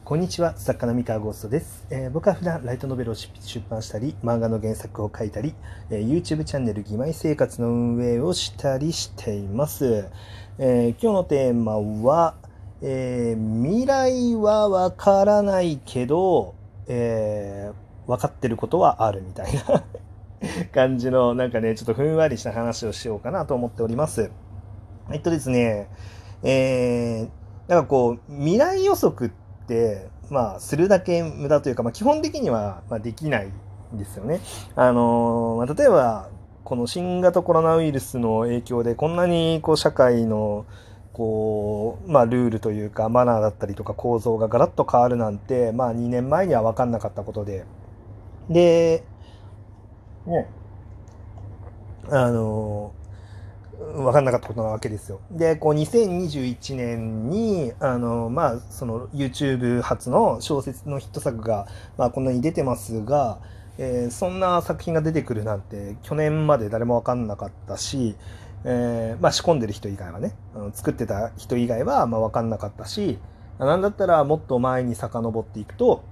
こんにちは、作家の三河ゴーストです。僕は普段ライトノベルを出版したり、漫画の原作を書いたり、YouTube チャンネル義妹生活の運営をしたりしています。今日のテーマは、未来はわからないけど、分かってることはあるみたいな感じのなんかね、ちょっとふんわりした話をしようかなと思っております。ですね、なんかこう未来予測ってするだけ無駄というか、基本的にはできないんですよね。例えばこの新型コロナウイルスの影響でこんなにこう社会のルールというかマナーだったりとか構造がガラッと変わるなんて、2年前には分かんなかったことでね、あの分かんなかったことなわけですよ。で、こう2021年にその YouTube 初の小説のヒット作が、こんなに出てますが、そんな作品が出てくるなんて去年まで誰も分かんなかったし、仕込んでる人以外はね、作ってた人以外は分かんなかったし、なんだったらもっと前に遡っていくと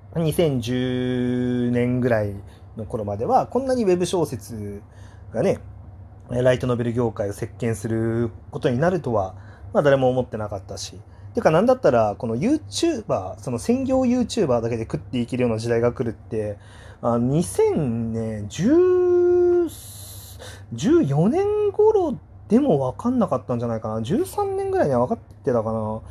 2010年ぐらいの頃まではこんなにウェブ小説がねライトノベル業界を席巻することになるとは、誰も思ってなかったし。てかなんだったら、この YouTuber、その専業 YouTuber だけで食っていけるような時代が来るって、2010、14年頃でも分かんなかったんじゃないかな。13年ぐらいには分かってたかな。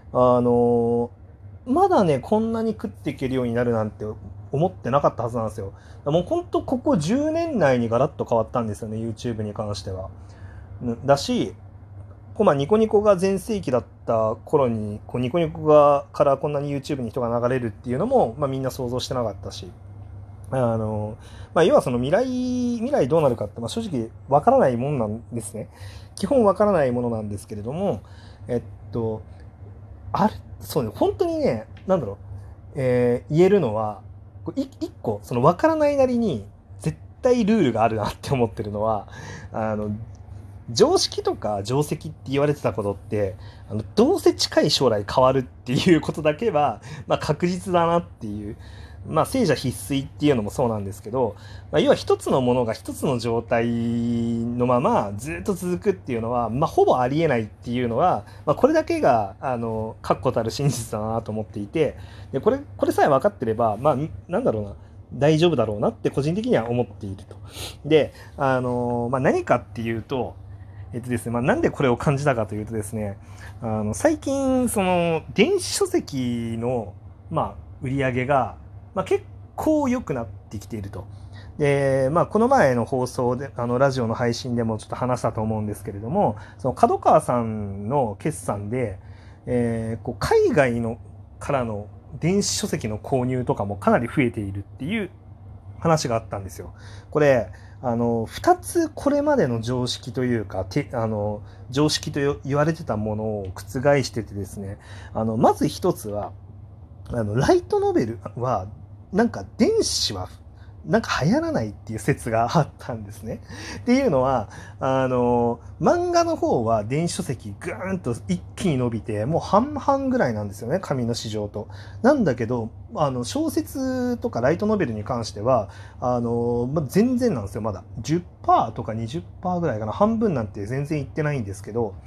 まだね、こんなに食っていけるようになるなんて思ってなかったはずなんですよ。もうほんとここ10年内にガラッと変わったんですよね、YouTube に関しては。だし、ニコニコが全盛期だった頃にニコニコからこんなに YouTube に人が流れるっていうのも、みんな想像してなかったし、要はその未来どうなるかって、正直わからないもんなんですね。基本わからないものなんですけれども、えっとあれそうね、本当にね、なんだろう、言えるのは一個その分からないなりに絶対ルールがあるなって思ってるのは、あの常識とか定石って言われてたことってどうせ近い将来変わるっていうことだけは、確実だなっていう。聖者必須っていうのもそうなんですけど、要は一つのものが一つの状態のままずっと続くっていうのは、ほぼありえないっていうのは、これだけが確固たる真実だなと思っていて、でこれさえ分かってれば、なんだろうな、大丈夫だろうなって個人的には思っていると。で、何かっていうと、ですね、なんでこれを感じたかというとですね、最近その電子書籍の売り上げが結構良くなってきていると。で、この前の放送でラジオの配信でもちょっと話したと思うんですけれども、その角川さんの決算で、海外のからの電子書籍の購入とかもかなり増えているっていう話があったんですよ。これ2つこれまでの常識というか常識と言われてたものを覆しててですね、まず一つはライトノベルはなんか電子はなんか流行らないっていう説があったんですね。っていうのは漫画の方は電子書籍ぐーんと一気に伸びてもう半々ぐらいなんですよね、紙の市場と。なんだけど小説とかライトノベルに関しては全然なんですよ。まだ 10% とか 20% ぐらいかな、半分なんて全然いってないんですけど、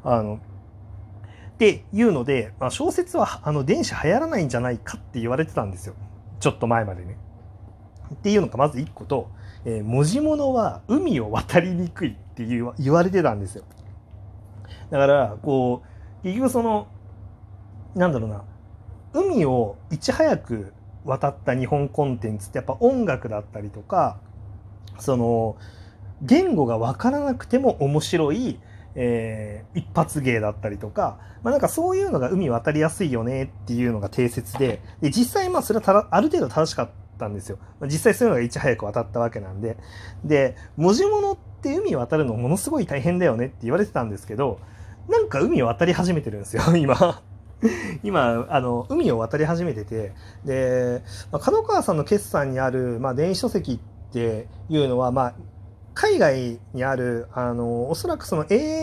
っていうので、小説は電子流行らないんじゃないかって言われてたんですよ、ちょっと前までね。っていうのがまず1個と、文字物は海を渡りにくいって言われてたんですよ。だから結局そのなんだろうな、海をいち早く渡った日本コンテンツってやっぱ音楽だったりとか、その言語が分からなくても面白い、一発芸だったりとか、なんかそういうのが海渡りやすいよねっていうのが定説で、実際それはある程度正しかったんですよ。実際そういうのがいち早く渡ったわけなんで。で、文字物って海渡るのものすごい大変だよねって言われてたんですけど、なんか海を渡り始めてるんですよ、今。今海を渡り始めてて、で、角川さんの決算にある、電子書籍っていうのは、海外にあるおそらくその英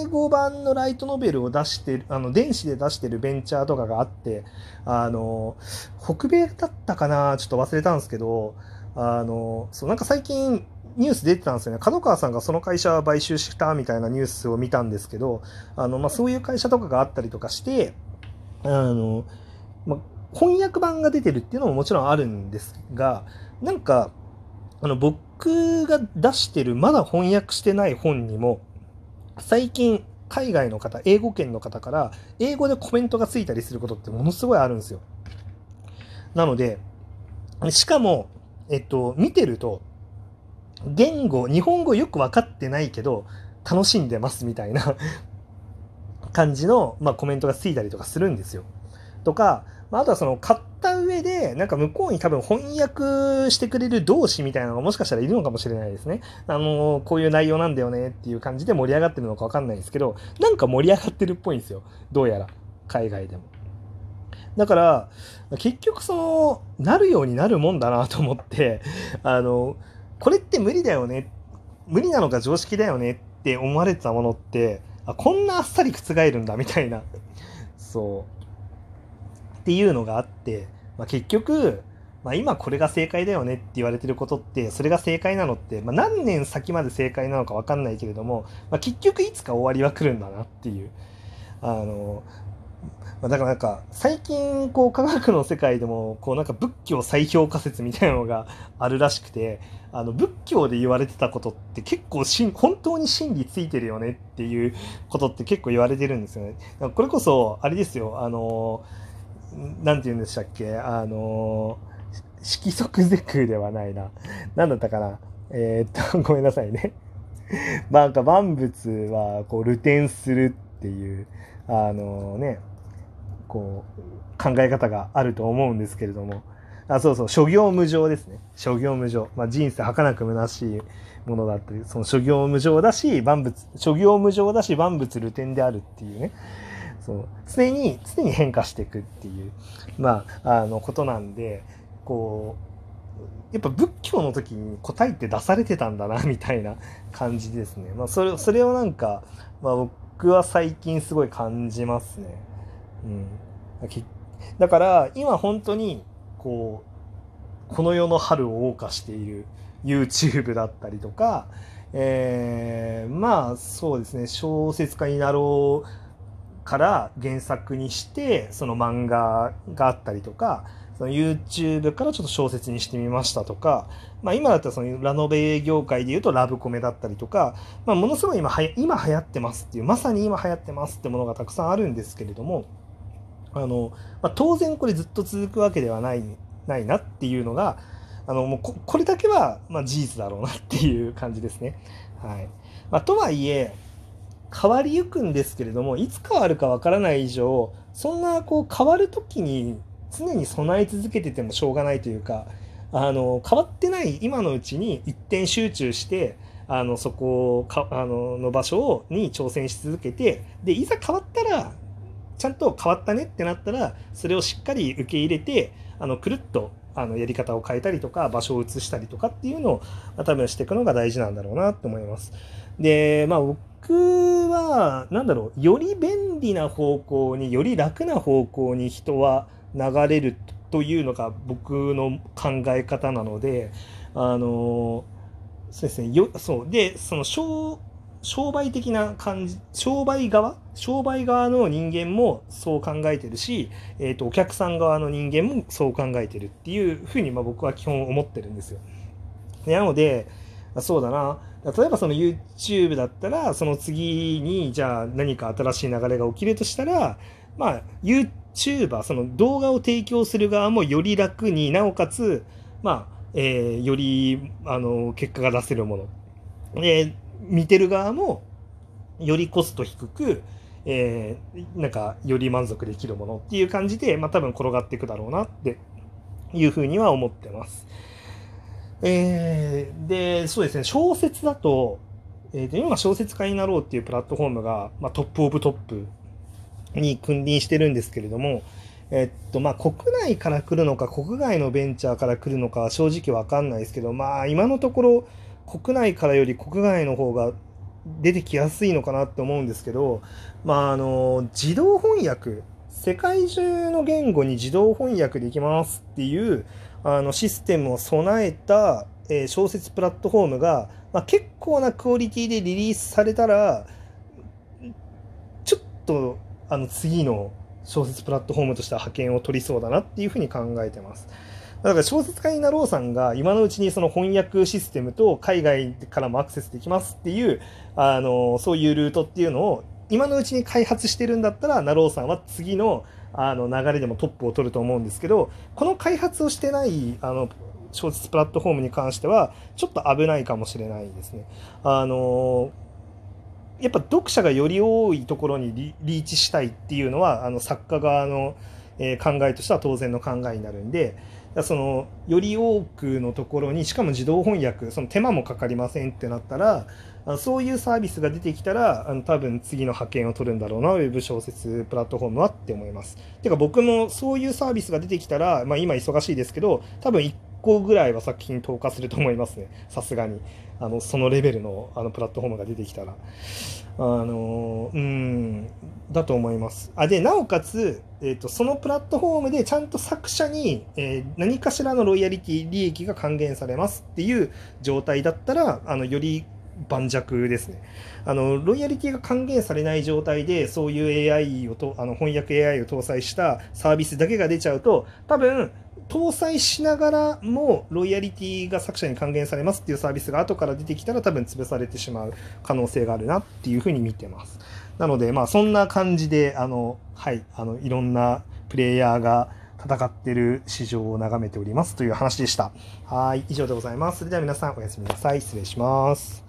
語版のライトノベルを出してる、電子で出してるベンチャーとかがあって、北米だったかな、ちょっと忘れたんですけど、そうなんか最近ニュース出てたんですよね。角川さんがその会社を買収したみたいなニュースを見たんですけど、そういう会社とかがあったりとかして、まあ、翻訳版が出てるっていうのももちろんあるんですが、なんか僕が出してるまだ翻訳してない本にも最近海外の方、英語圏の方から英語でコメントがついたりすることってものすごいあるんですよ。なので、しかも、見てると日本語よく分かってないけど楽しんでますみたいな感じの、コメントがついたりとかするんですよ。とか、あとはその買った上でなんか向こうに多分翻訳してくれる同志みたいなのがもしかしたらいるのかもしれないですね。こういう内容なんだよねっていう感じで盛り上がってるのか分かんないですけど、なんか盛り上がってるっぽいんですよ、どうやら海外でも。だから結局なるようになるもんだなと思って、これって無理だよね、無理なのが常識だよねって思われてたものって、こんなあっさり覆るんだみたいな、そうっていうのがあって、結局、今これが正解だよねって言われてることって、それが正解なのって、何年先まで正解なのか分かんないけれども、結局いつか終わりは来るんだなっていう。だからなんか最近こう科学の世界でもこうなんか仏教再評価説みたいなのがあるらしくて、仏教で言われてたことって結構本当に真理ついてるよねっていうことって結構言われてるんですよね。これこそあれですよ、なんて言うんでしたっけ、色即是空ではないな、なんだったかな、ごめんなさいね。なんか万物はこう流転するっていうね、こう考え方があると思うんですけれども、そうそう、諸行無常ですね。諸行無常、人生儚く虚しいものだったり、その諸行無常だし諸行無常だし万物流転であるっていうね、そう常に変化していくっていうことなんで、こうやっぱ仏教の時に答えって出されてたんだなみたいな感じですね。それをなんか、僕は最近すごい感じますね。だから今本当にこの世の春を謳歌している YouTube だったりとか、そうですね、小説家になろうから原作にしてその漫画があったりとか、その YouTube からちょっと小説にしてみましたとか、今だったらそのラノベ業界でいうとラブコメだったりとか、ものすごい今流行ってますっていう、まさに今流行ってますってものがたくさんあるんですけれども、当然これずっと続くわけではないなっていうのが、もうこれだけは事実だろうなっていう感じですね。はい。とはいえ変わりゆくんですけれども、いつ変わるかわからない以上、そんなこう変わる時に常に備え続けててもしょうがないというか、変わってない今のうちに一点集中して、そこの場所に挑戦し続けて、でいざ変わったらちゃんと変わったねってなったら、それをしっかり受け入れて、くるっとやり方を変えたりとか場所を移したりとかっていうのを、多分していくのが大事なんだろうなと思います。で、僕はより便利な方向に、より楽な方向に人は流れるというのが僕の考え方なので、そうですね、そうで、その商売的な感じ、商売側の人間もそう考えてるし、お客さん側の人間もそう考えてるっていうふうに僕は基本思ってるんですよ。なので、そうだな、例えばその YouTube だったら、その次にじゃあ何か新しい流れが起きるとしたら、YouTuber、その動画を提供する側もより楽に、なおかつより結果が出せるもの、見てる側もよりコスト低く、なんかより満足できるものっていう感じで、多分転がっていくだろうなっていうふうには思ってます。で、そうですね、小説だと、今小説家になろうっていうプラットフォームが、トップオブトップに君臨してるんですけれども、国内から来るのか国外のベンチャーから来るのかは正直わかんないですけど、今のところ国内からより国外の方が出てきやすいのかなって思うんですけど、自動翻訳、世界中の言語に自動翻訳できますっていうシステムを備えた、小説プラットフォームが、結構なクオリティでリリースされたら、ちょっと次の小説プラットフォームとしては覇権を取りそうだなっていうふうに考えてます。だから小説家になろうさんが今のうちにその翻訳システムと海外からもアクセスできますっていうそういうルートっていうのを今のうちに開発してるんだったらなろうさんは次の流れでもトップを取ると思うんですけど、この開発をしてない小説プラットフォームに関してはちょっと危ないかもしれないですね。やっぱ読者がより多いところにリーチしたいっていうのは作家側の考えとしては当然の考えになるんで、そのより多くのところにしかも自動翻訳、その手間もかかりませんってなったらそういうサービスが出てきたら多分次の覇権を取るんだろうな、ウェブ小説プラットフォームはって思います。てか僕もそういうサービスが出てきたら、今忙しいですけど多分1個ぐらいは作品投下すると思いますね、さすがにそのレベルのプラットフォームが出てきたらだと思います。でなおかつ、そのプラットフォームでちゃんと作者に、何かしらのロイヤリティ利益が還元されますっていう状態だったらより盤石ですね。ロイヤリティが還元されない状態でそういう AI を翻訳 AI を搭載したサービスだけが出ちゃうと、多分搭載しながらもロイヤリティが作者に還元されますっていうサービスが後から出てきたら多分潰されてしまう可能性があるなっていうふうに見てます。なのでそんな感じでいろんなプレイヤーが戦っている市場を眺めておりますという話でした。はい、以上でございます。それでは皆さんおやすみなさい。失礼します。